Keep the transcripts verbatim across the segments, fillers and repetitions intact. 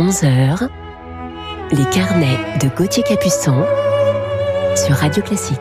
onze heures, les carnets de Gauthier Capuçon sur Radio Classique.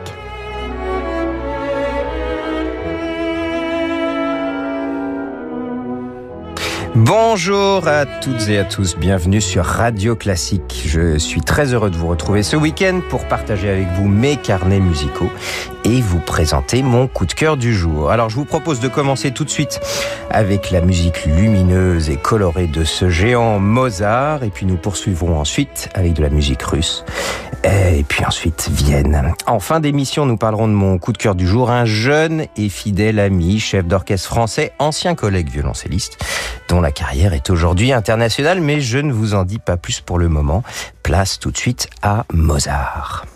Bonjour à toutes et à tous, bienvenue sur Radio Classique. Je suis très heureux de vous retrouver ce week-end pour partager avec vous mes carnets musicaux et vous présenter mon coup de cœur du jour. Alors je vous propose de commencer tout de suite avec la musique lumineuse et colorée de ce géant Mozart, et puis nous poursuivrons ensuite avec de la musique russe, et puis ensuite Vienne. En fin d'émission, nous parlerons de mon coup de cœur du jour, un jeune et fidèle ami, chef d'orchestre français, ancien collègue violoncelliste, dont la carrière est aujourd'hui internationale, mais je ne vous en dis pas plus pour le moment. Place tout de suite à Mozart.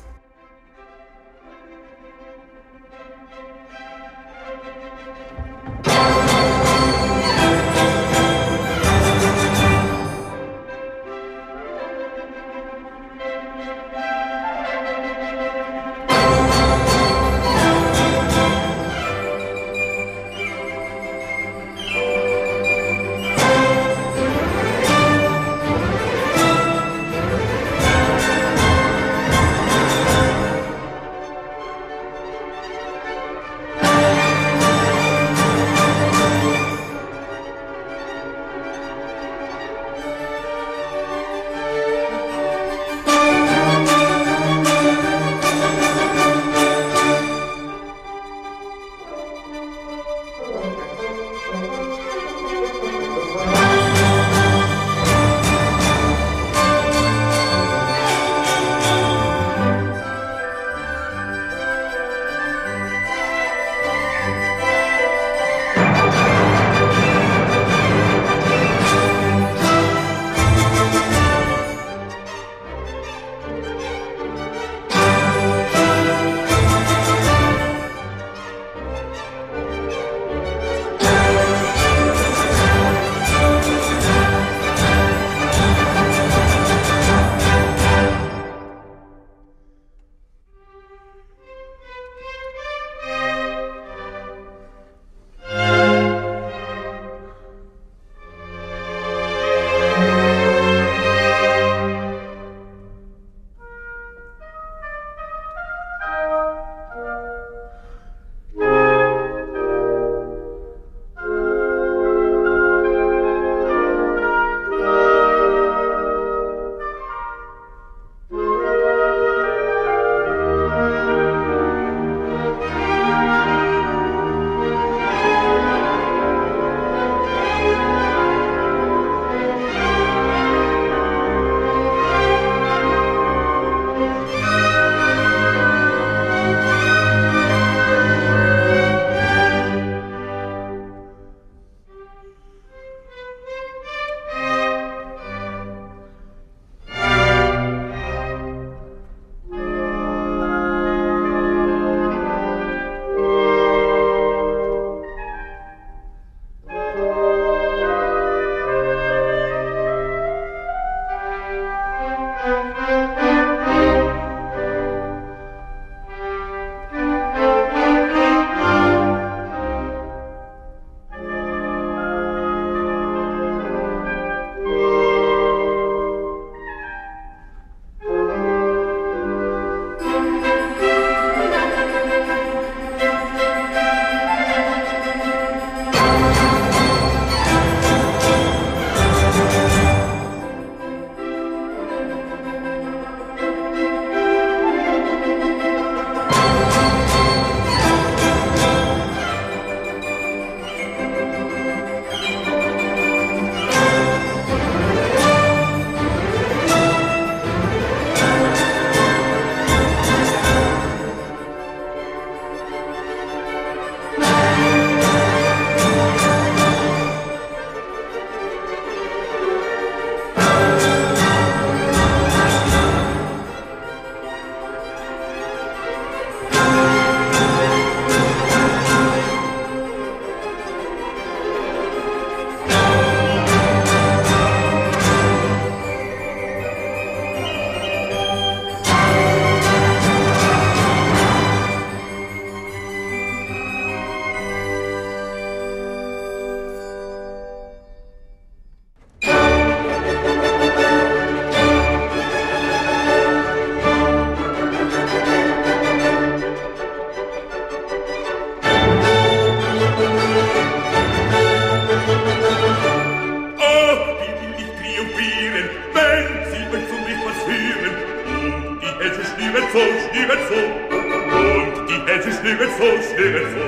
schwirret so, schwirret so, und die Hälse schwirret so, schwirret so.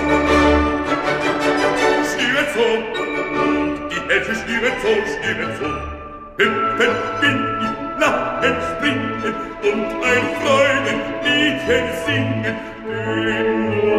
Schwirret so, und die Hälse schwirret so, schwirret so. Hüpfen, binden, lachen, springen und ein Freudenliedchen singen, den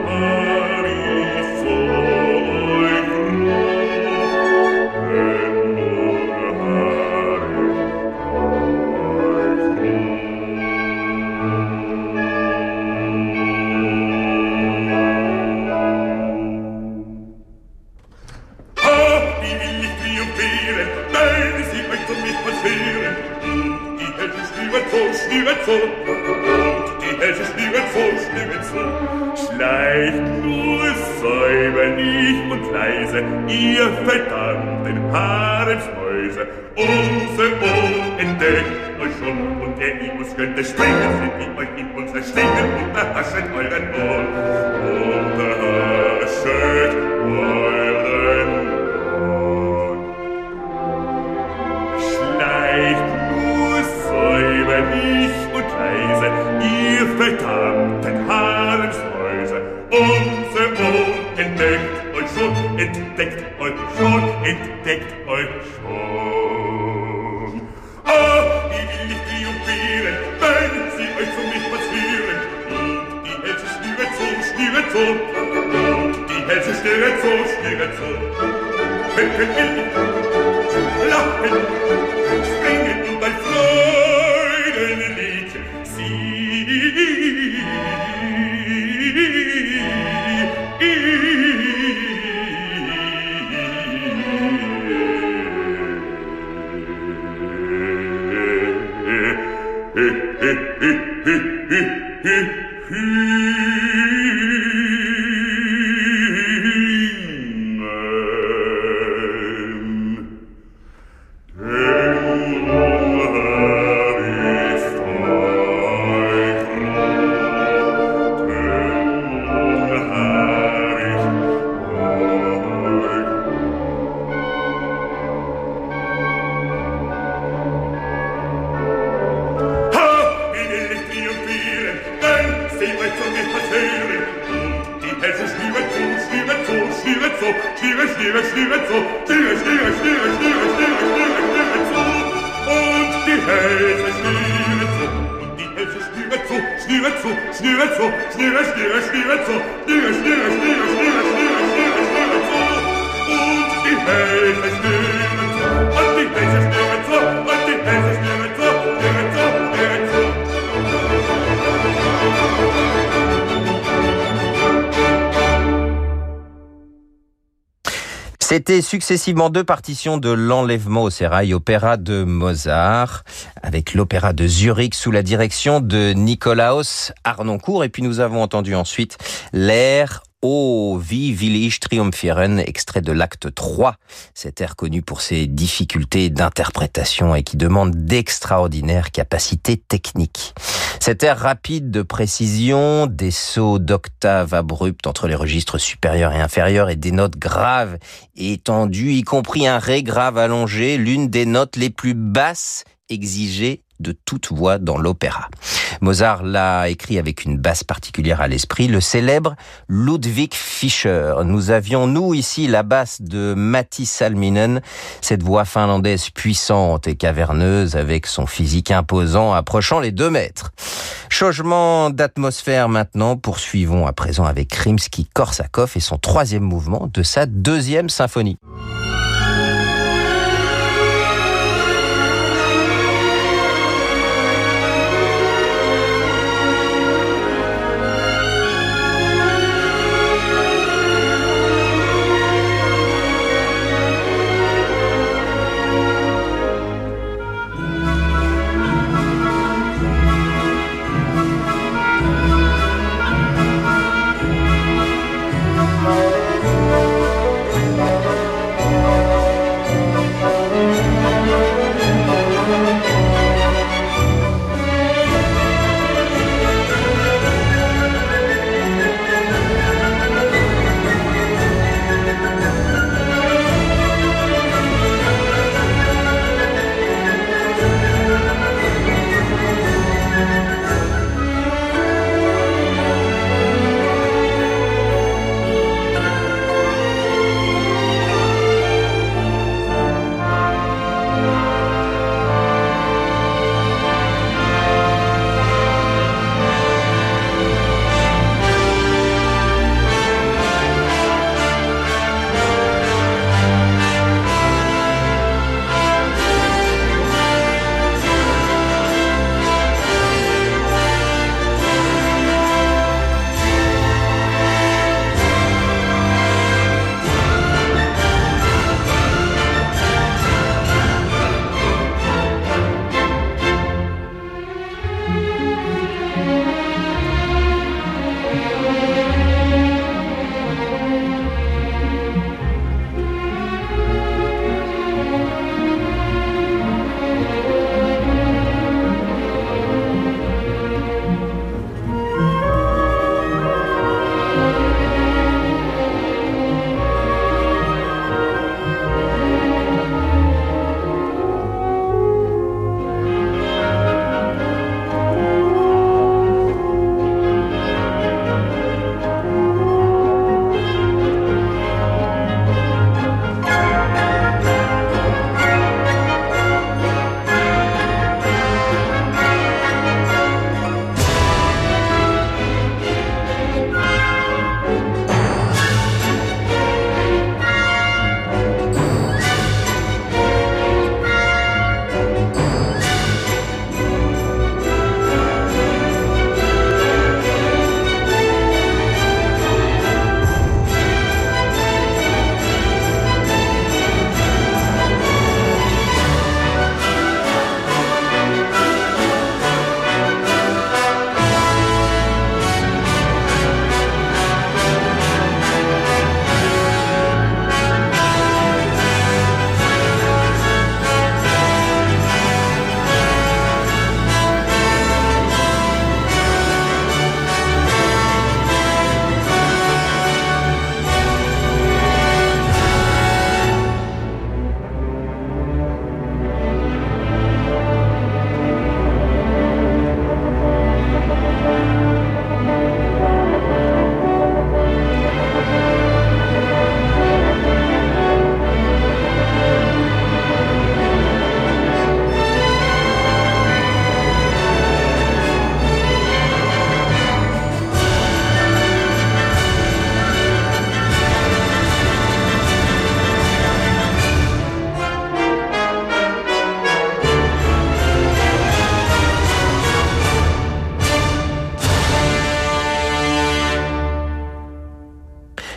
schwirret so, und die Hälse schwirret so, schwirret so. Schleicht nur säuberlich und leise, ihr verdammten Haremsmäuse. Unser Ohr entdeckt euch schon, und der Imus könnte springen, sind wie euch in unser Schlingen, und erhaschet euren Ohr, und erhaschet euren Ohr. Schleicht säuberlich und leise, ihr verdammten Haremsmäuse. Unser Ohr entdeckt euch schon, entdeckt euch schon, entdeckt euch schon. Ah, wie will ich triumphieren, wenn sie euch von mich was hören. Und die Hälse schwirret so, schwirret so, und die Hälse schwirret so, schwirret so. Hüpfen will ich, lachen, springen und ein Freudenliedchen singen. C'était successivement deux partitions de l'Enlèvement au sérail, opéra de Mozart, avec l'opéra de Zurich sous la direction de Nikolaus Harnoncourt. Et puis nous avons entendu ensuite l'air O wie will ich triumphieren, extrait de l'acte trois. Cet air connu pour ses difficultés d'interprétation et qui demande d'extraordinaires capacités techniques. Cet air rapide de précision, des sauts d'octaves abrupts entre les registres supérieurs et inférieurs et des notes graves et étendues, y compris un ré grave allongé, l'une des notes les plus basses exigées de toute voix dans l'opéra. Mozart l'a écrit avec une basse particulière à l'esprit, le célèbre Ludwig Fischer. Nous avions, nous, ici, la basse de Matti Salminen, cette voix finlandaise puissante et caverneuse avec son physique imposant approchant les deux mètres. Changement d'atmosphère maintenant, poursuivons à présent avec Rimsky-Korsakov et son troisième mouvement de sa deuxième symphonie.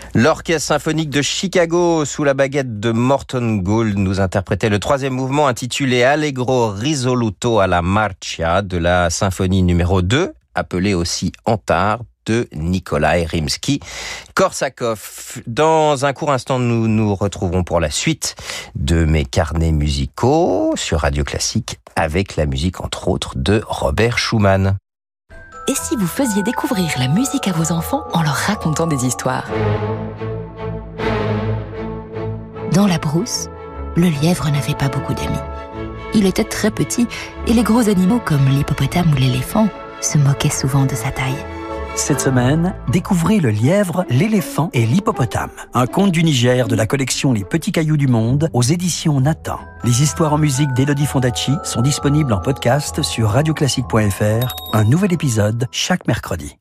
L'Orchestre symphonique de Chicago, sous la baguette de Morton Gould, nous interprétait le troisième mouvement intitulé Allegro risoluto alla marcia de la symphonie numéro deux, appelée aussi Antar, de Nikolai Rimsky-Korsakov. Dans un court instant, nous nous retrouverons pour la suite de mes carnets musicaux sur Radio Classique, avec la musique entre autres de Robert Schumann. Et si vous faisiez découvrir la musique à vos enfants en leur racontant des histoires ? Dans la brousse, le lièvre n'avait pas beaucoup d'amis. Il était très petit et les gros animaux comme l'hippopotame ou l'éléphant se moquaient souvent de sa taille. Cette semaine, découvrez le lièvre, l'éléphant et l'hippopotame. Un conte du Niger de la collection Les Petits Cailloux du Monde aux éditions Nathan. Les histoires en musique d'Elodie Fondacci sont disponibles en podcast sur radioclassique point f r. Un nouvel épisode chaque mercredi.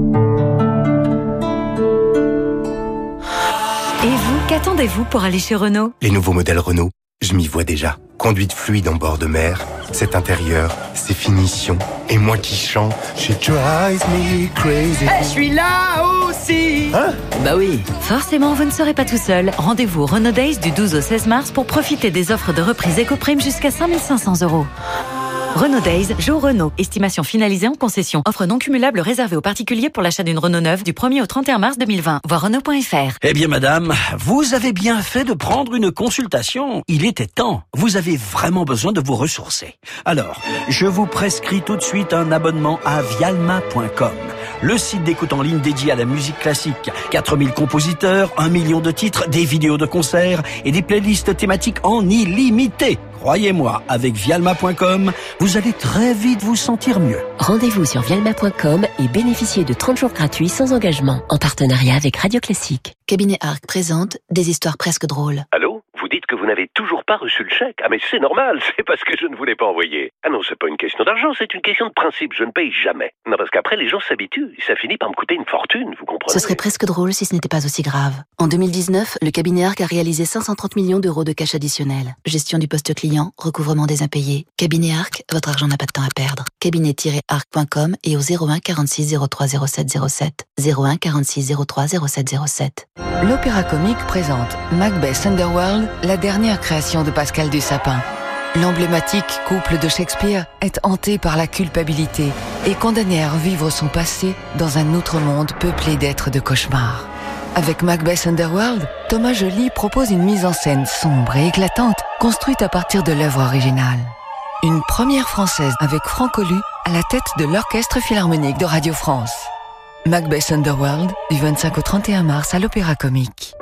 Et vous, qu'attendez-vous pour aller chez Renault ? Les nouveaux modèles Renault, je m'y vois déjà. Conduite fluide en bord de mer, cet intérieur, ces finitions, et moi qui chante, she drives me crazy. Eh, je suis là aussi. Hein ? Bah oui. Forcément, vous ne serez pas tout seul. Rendez-vous au Renault Days du douze au seize mars pour profiter des offres de reprise éco-prime jusqu'à cinq mille cinq cents euros. Renault Days, jour Renault. Estimation finalisée en concession. Offre non cumulable réservée aux particuliers pour l'achat d'une Renault neuve du premier au trente et un mars deux mille vingt. Voir Renault point f r. Eh bien, madame, vous avez bien fait de prendre une consultation. Il était temps. Vous avez vraiment besoin de vous ressourcer. Alors, je vous prescris tout de suite un abonnement à vialma point com. Le site d'écoute en ligne dédié à la musique classique. quatre mille compositeurs, un million de titres, des vidéos de concerts et des playlists thématiques en illimité. Croyez-moi, avec vialma point com, vous allez très vite vous sentir mieux. Rendez-vous sur vialma point com et bénéficiez de trente jours gratuits sans engagement, en partenariat avec Radio Classique. Cabinet Arc présente des histoires presque drôles. Allô ? Vous dites que vous n'avez toujours pas reçu le chèque. Ah mais c'est normal, c'est parce que je ne vous l'ai pas envoyé. Ah non, c'est pas une question d'argent, c'est une question de principe, je ne paye jamais. Non, parce qu'après les gens s'habituent, et ça finit par me coûter une fortune, vous comprenez ? Ce serait presque drôle si ce n'était pas aussi grave. En deux mille dix-neuf, le cabinet Arc a réalisé cinq cent trente millions d'euros de cash additionnel. Gestion du poste client, recouvrement des impayés. Cabinet Arc, votre argent n'a pas de temps à perdre. cabinet tiret arc point com et au zéro un quarante-six zéro trois zéro sept zéro sept. zéro un quarante-six zéro trois zéro sept zéro sept. L'Opéra Comique présente Macbeth Underworld, la dernière création de Pascal Dussapin. L'emblématique couple de Shakespeare est hanté par la culpabilité et condamné à revivre son passé dans un autre monde peuplé d'êtres de cauchemars. Avec Macbeth Underworld, Thomas Joly propose une mise en scène sombre et éclatante, construite à partir de l'œuvre originale. Une première française avec Franck Olu à la tête de l'Orchestre Philharmonique de Radio France. Macbeth Underworld, du vingt-cinq au trente et un mars à l'Opéra Comique.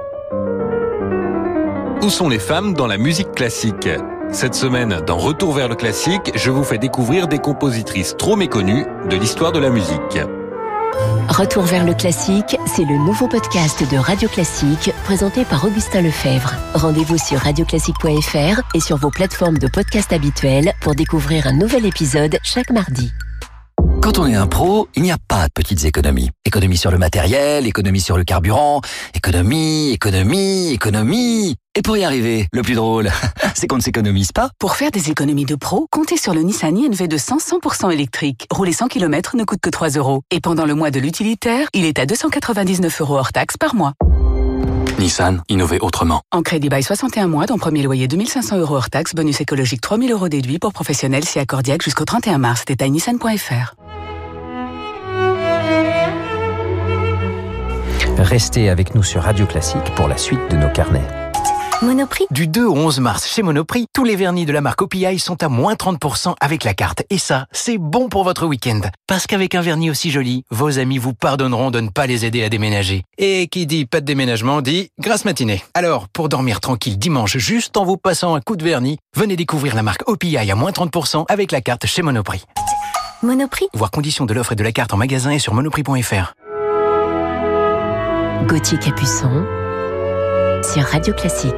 Où sont les femmes dans la musique classique ? Cette semaine, dans Retour vers le classique, je vous fais découvrir des compositrices trop méconnues de l'histoire de la musique. Retour vers le classique, c'est le nouveau podcast de Radio Classique présenté par Augustin Lefebvre. Rendez-vous sur radioclassique point f r et sur vos plateformes de podcast habituelles pour découvrir un nouvel épisode chaque mardi. Quand on est un pro, il n'y a pas de petites économies. Économie sur le matériel, économie sur le carburant, économie, économie, économie. Et pour y arriver, le plus drôle, c'est qu'on ne s'économise pas. Pour faire des économies de pro, comptez sur le Nissan I N V deux cents cent pour cent électrique. Rouler cent kilomètres ne coûte que trois euros. Et pendant le mois de l'utilitaire, il est à deux cent quatre-vingt-dix-neuf euros hors taxe par mois. Nissan, innover autrement. En crédit bail soixante et un mois, dont premier loyer deux mille cinq cents euros hors taxe, bonus écologique trois mille euros déduit pour professionnels si accordiaque jusqu'au trente et un mars. Détail nissan point f r. Restez avec nous sur Radio Classique pour la suite de nos carnets. Monoprix. Du deux au onze mars chez Monoprix, tous les vernis de la marque O P I sont à moins trente pour cent avec la carte. Et ça, c'est bon pour votre week-end. Parce qu'avec un vernis aussi joli, vos amis vous pardonneront de ne pas les aider à déménager. Et qui dit pas de déménagement dit grasse matinée. Alors, pour dormir tranquille dimanche, juste en vous passant un coup de vernis, venez découvrir la marque O P I à moins trente pour cent avec la carte chez Monoprix. Monoprix. Voir conditions de l'offre et de la carte en magasin et sur monoprix point f r. Gauthier Capuçon sur Radio Classique.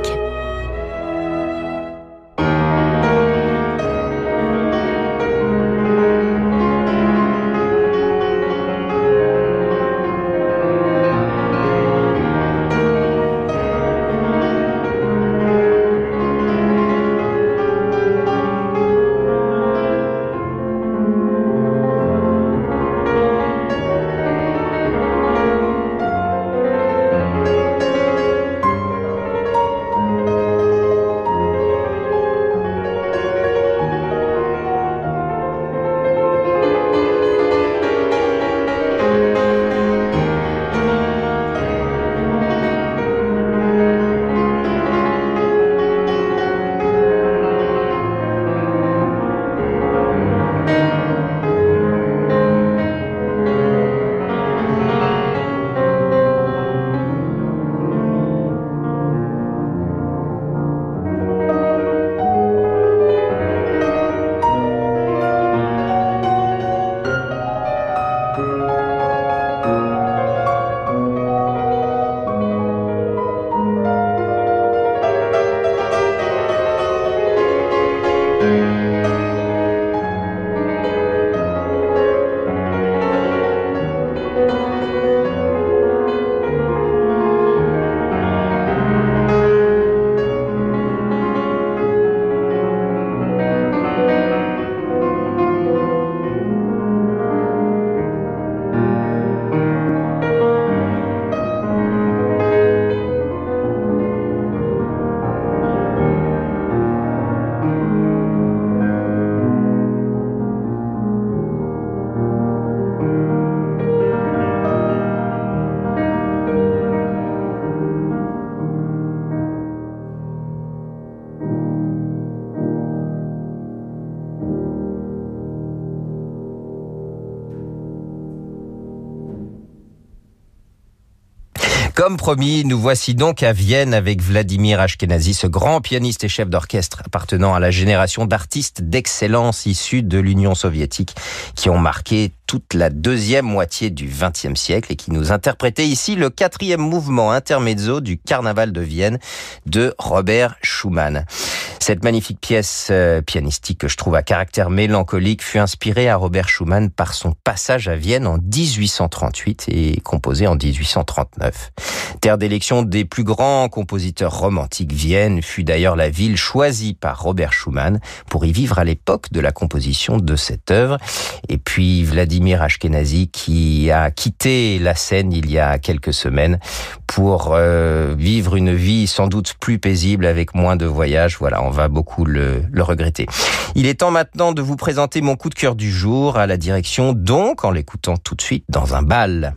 Comme promis, nous voici donc à Vienne avec Vladimir Ashkenazy, ce grand pianiste et chef d'orchestre appartenant à la génération d'artistes d'excellence issus de l'Union soviétique qui ont marqué toute la deuxième moitié du vingtième siècle et qui nous interprétait ici le quatrième mouvement intermezzo du Carnaval de Vienne de Robert Schumann. Cette magnifique pièce euh, pianistique que je trouve à caractère mélancolique fut inspirée à Robert Schumann par son passage à Vienne en dix-huit cent trente-huit et composée en dix-huit cent trente-neuf. Terre d'élection des plus grands compositeurs romantiques, Vienne fut d'ailleurs la ville choisie par Robert Schumann pour y vivre à l'époque de la composition de cette œuvre. Et puis Vladimir Ashkenazy qui a quitté la scène il y a quelques semaines pour euh, vivre une vie sans doute plus paisible avec moins de voyages. Voilà, on va beaucoup le, le regretter. Il est temps maintenant de vous présenter mon coup de cœur du jour à la direction, donc en l'écoutant tout de suite dans un bal.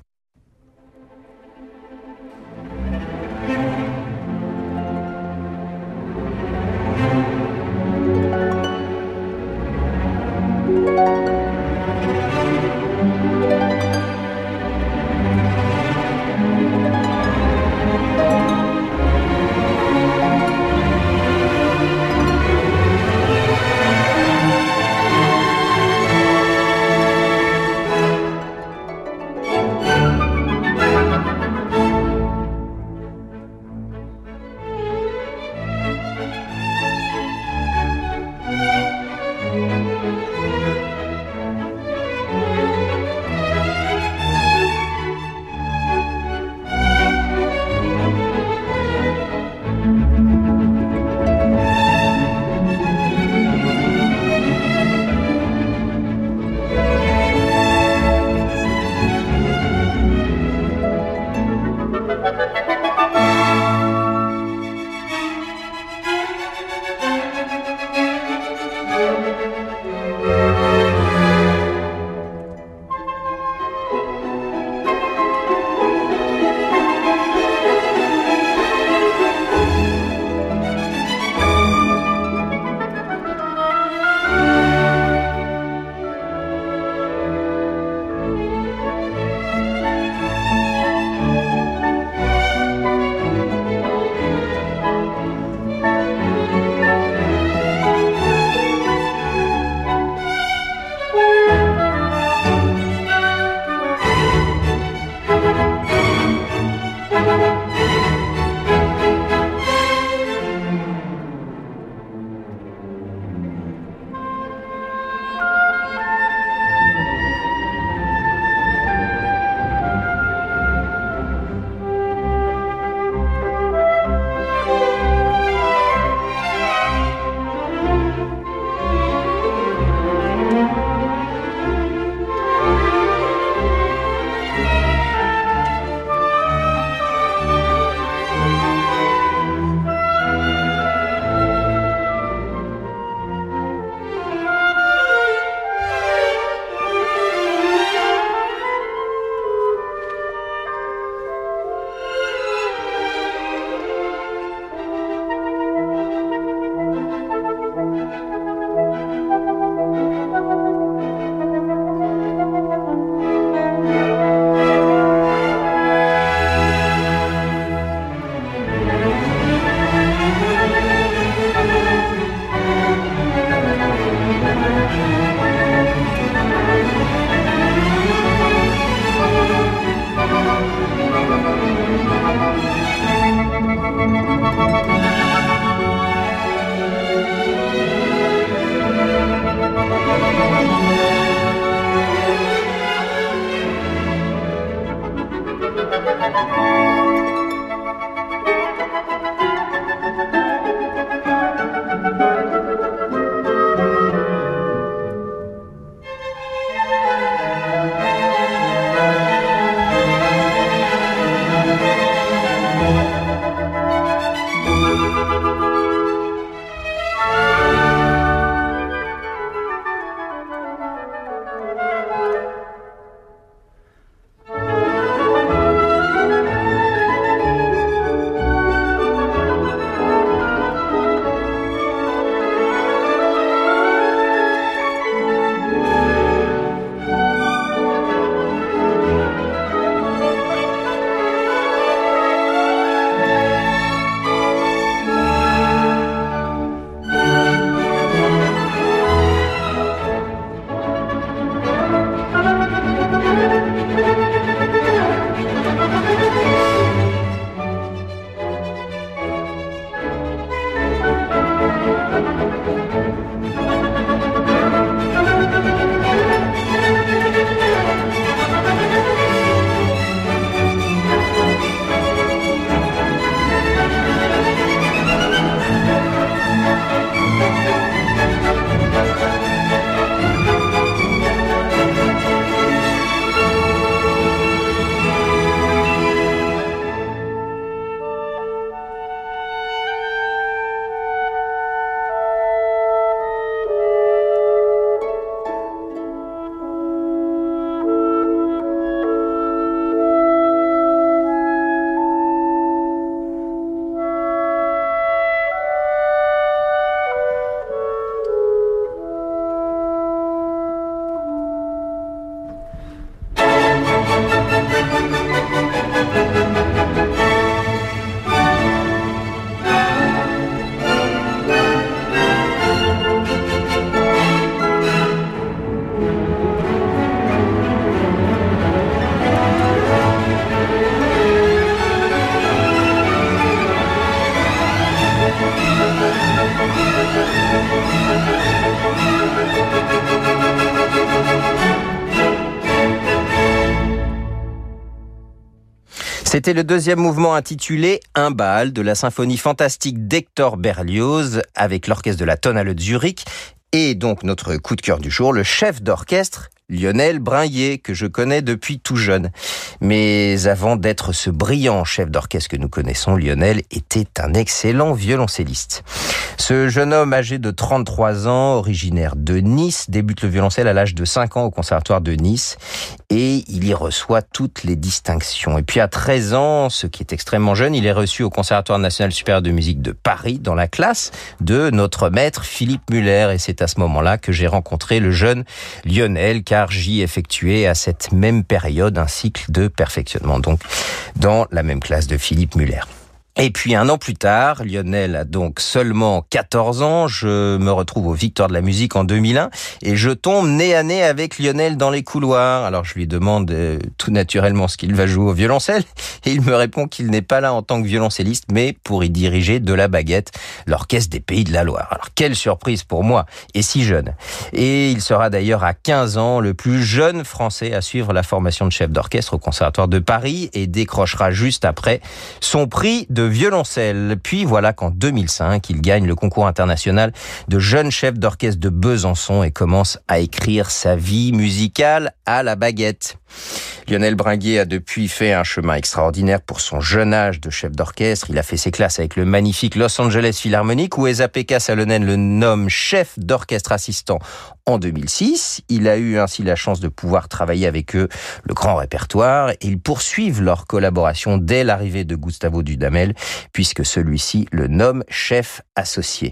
C'était le deuxième mouvement intitulé Un bal de la symphonie fantastique d'Hector Berlioz avec l'orchestre de la Tonhalle de Zurich et donc notre coup de cœur du jour, le chef d'orchestre Lionel Bringuier, que je connais depuis tout jeune. Mais avant d'être ce brillant chef d'orchestre que nous connaissons, Lionel était un excellent violoncelliste. Ce jeune homme âgé de trente-trois ans, originaire de Nice, débute le violoncelle à l'âge de cinq ans au conservatoire de Nice et il y reçoit toutes les distinctions. Et puis à treize ans, ce qui est extrêmement jeune, il est reçu au Conservatoire national supérieur de musique de Paris dans la classe de notre maître Philippe Muller. Et c'est à ce moment-là que j'ai rencontré le jeune Lionel, car j'y effectuais à cette même période un cycle de perfectionnement, donc dans la même classe de Philippe Muller. Et puis un an plus tard, Lionel a donc seulement quatorze ans, je me retrouve aux Victoires de la musique en deux mille un et je tombe nez à nez avec Lionel dans les couloirs. Alors je lui demande euh, tout naturellement ce qu'il va jouer au violoncelle et il me répond qu'il n'est pas là en tant que violoncelliste mais pour y diriger de la baguette l'orchestre des Pays de la Loire. Alors quelle surprise pour moi et si jeune. Et il sera d'ailleurs à quinze ans le plus jeune Français à suivre la formation de chef d'orchestre au Conservatoire de Paris et décrochera juste après son prix de violoncelle. Puis voilà qu'en deux mille cinq, il gagne le concours international de jeune chef d'orchestre de Besançon et commence à écrire sa vie musicale à la baguette. Lionel Bringuier a depuis fait un chemin extraordinaire pour son jeune âge de chef d'orchestre. Il a fait ses classes avec le magnifique Los Angeles Philharmonic où Esa-Pekka Salonen le nomme chef d'orchestre assistant en deux mille six. Il a eu ainsi la chance de pouvoir travailler avec eux le grand répertoire et ils poursuivent leur collaboration dès l'arrivée de Gustavo Dudamel puisque celui-ci le nomme chef associé.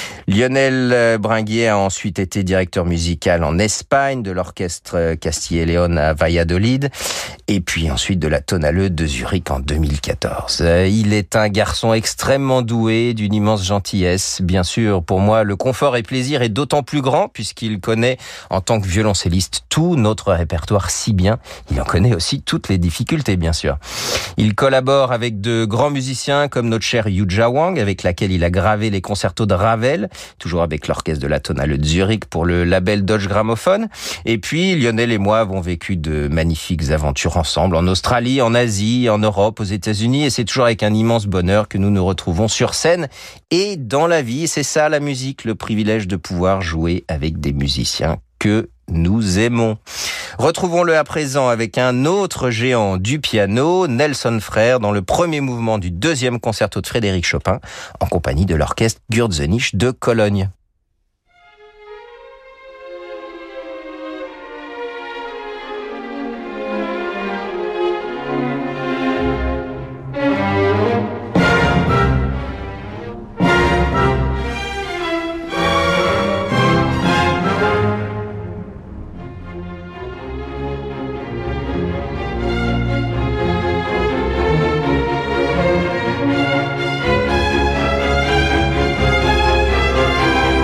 Lionel Bringuier a ensuite été directeur musical en Espagne de l'orchestre Castilla et León à Valladolid et puis ensuite de la Tonhalle de Zurich en deux mille quatorze. Il est un garçon extrêmement doué, d'une immense gentillesse. Bien sûr, pour moi, le confort et plaisir est d'autant plus grand puisqu'il connaît en tant que violoncelliste tout notre répertoire si bien. Il en connaît aussi toutes les difficultés, bien sûr. Il collabore avec de grands musiciens comme notre cher Yuja Wang, avec laquelle il a gravé les concertos de Ravel, toujours avec l'orchestre de la Tonhalle de Zurich pour le label Deutsche Grammophon. Et puis, Lionel et moi avons vécu de magnifiques aventures ensemble en Australie, en Asie, en Europe, aux États-Unis. Et c'est toujours avec un immense bonheur que nous nous retrouvons sur scène et dans la vie. Et c'est ça, la musique, le privilège de pouvoir jouer avec des musiciens que nous aimons. Retrouvons-le à présent avec un autre géant du piano, Nelson Frère, dans le premier mouvement du deuxième concerto de Frédéric Chopin, en compagnie de l'orchestre Gürzenich de Cologne. Thank you.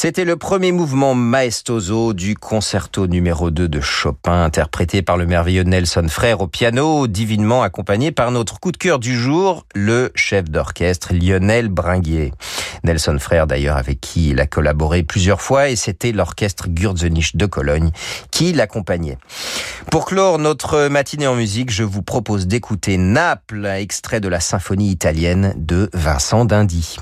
C'était le premier mouvement maestoso du concerto numéro deux de Chopin, interprété par le merveilleux Nelson Frère au piano, divinement accompagné par notre coup de cœur du jour, le chef d'orchestre Lionel Bringuier. Nelson Frère d'ailleurs avec qui il a collaboré plusieurs fois et c'était l'orchestre Gürzenich de Cologne qui l'accompagnait. Pour clore notre matinée en musique, je vous propose d'écouter Naples, extrait de la symphonie italienne de Vincent d'Indy.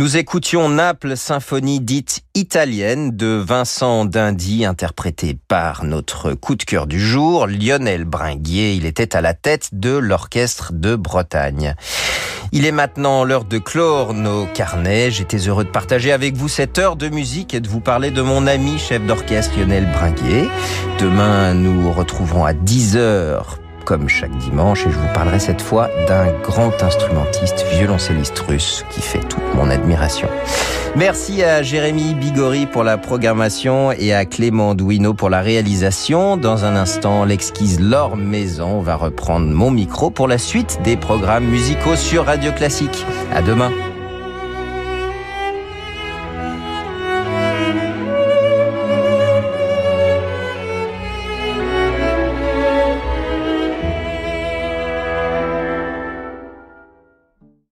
Nous écoutions Naples, symphonie dite italienne de Vincent d'Indy, interprétée par notre coup de cœur du jour, Lionel Bringuier. Il était à la tête de l'orchestre de Bretagne. Il est maintenant l'heure de clore nos carnets. J'étais heureux de partager avec vous cette heure de musique et de vous parler de mon ami chef d'orchestre Lionel Bringuier. Demain, nous retrouverons à dix heures comme chaque dimanche, et je vous parlerai cette fois d'un grand instrumentiste, violoncelliste russe, qui fait toute mon admiration. Merci à Jérémy Bigori pour la programmation et à Clément Douineau pour la réalisation. Dans un instant, l'exquise Laure Maison va reprendre mon micro pour la suite des programmes musicaux sur Radio Classique. À demain.